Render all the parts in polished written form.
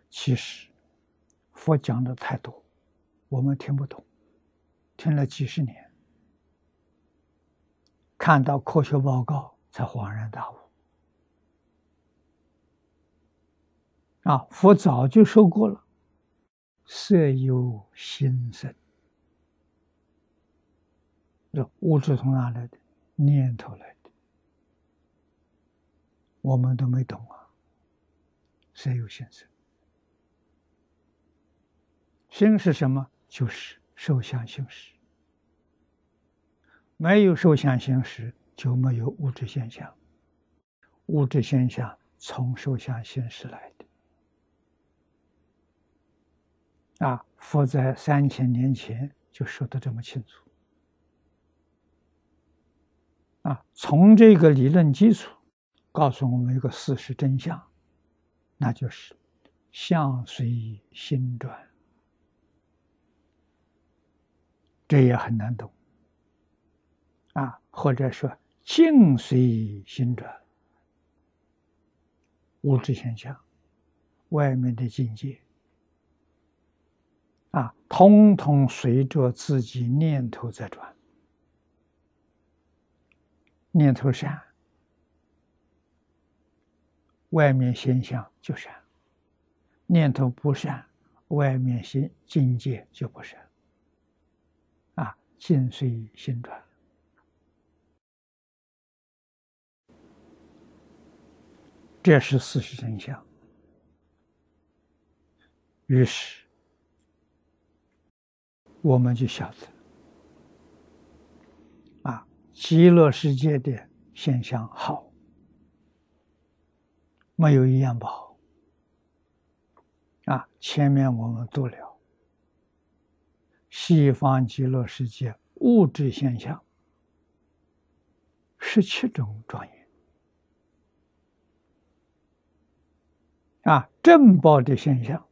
其实佛讲的太多，我们听不懂，听了几十年，看到科学报告才恍然大悟。佛早就说过了，色由心生。这物质从哪来的？念头来的。我们都没懂啊，色由心生。心是什么？就是受想行识。没有受想行识，就没有物质现象。物质现象从受想行识来的。佛在3000年前就说得这么清楚。从这个理论基础，告诉我们一个事实真相，那就是相随心转。这也很难懂。或者说境随心转，物质现象，外面的境界，通通随着自己念头在转。念头善，外面现象就善；念头不善，外面境界就不善。境随心转。这是事实真相。于是我们就晓得，极乐世界的现象好，没有一样不好。前面我们读了西方极乐世界物质现象17种庄严。正报的现象，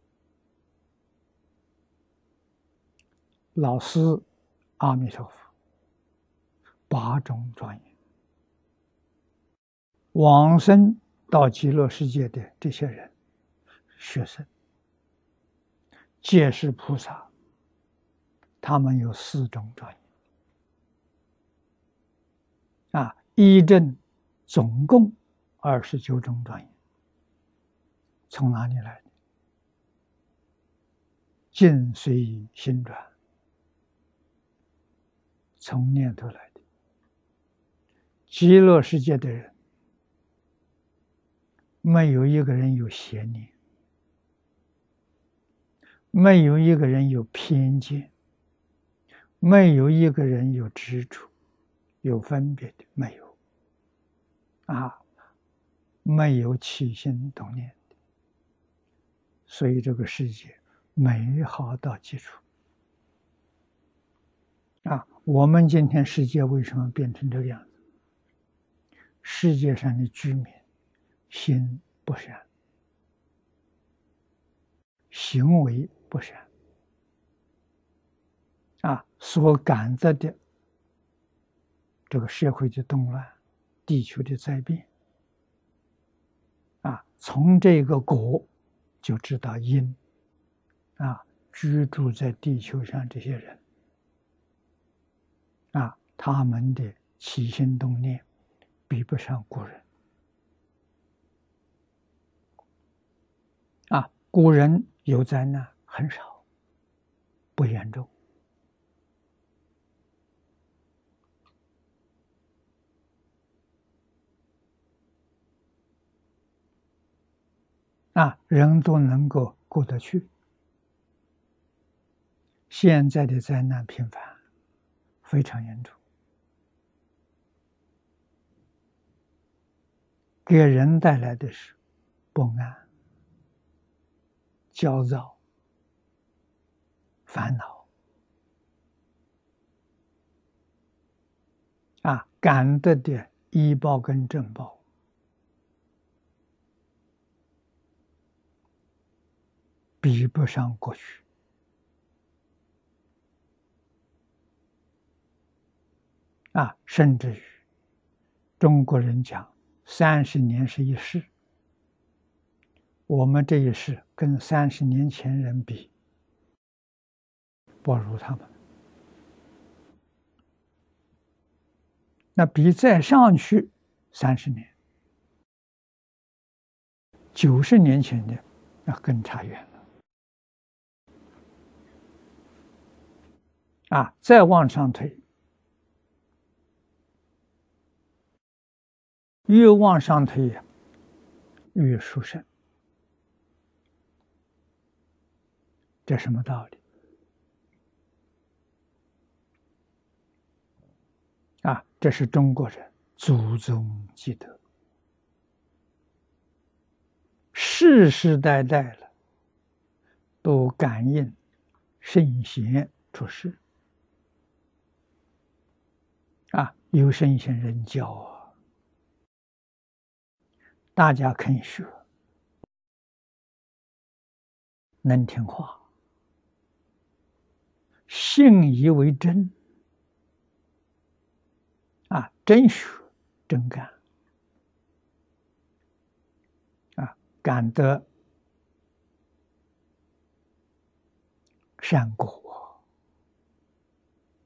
老师阿弥陀佛8种庄严。往生到极乐世界的这些人，学生皆是菩萨，他们有4种庄严。一正总共29种庄严。从哪里来的？境随心转，从念头来的。极乐世界的人，没有一个人有邪念，没有一个人有偏见，没有一个人有执着、有分别的，没有。没有起心动念的。所以这个世界美好到极处。我们今天世界为什么变成这个样子？世界上的居民心不善，行为不善，所感得的这个社会的动乱，地球的灾变，从这个果就知道因。居住在地球上这些人，他们的起心动念比不上古人。古人有灾难很少，不严重。人都能够过得去。现在的灾难频繁，非常严重，给人带来的是不安、焦躁、烦恼。感得的医报跟正报比不上过去。甚至于中国人讲30年是一世， 我们这一世跟30年前人比，不如他们。那比再上去30年、90年前的，那更差远了。再往上推，越往上推越殊胜。这什么道理？这是中国人祖宗积德，世世代代了，都感应圣贤出世有圣贤人教大家肯学，能听话，信以为真真学真干感得善果。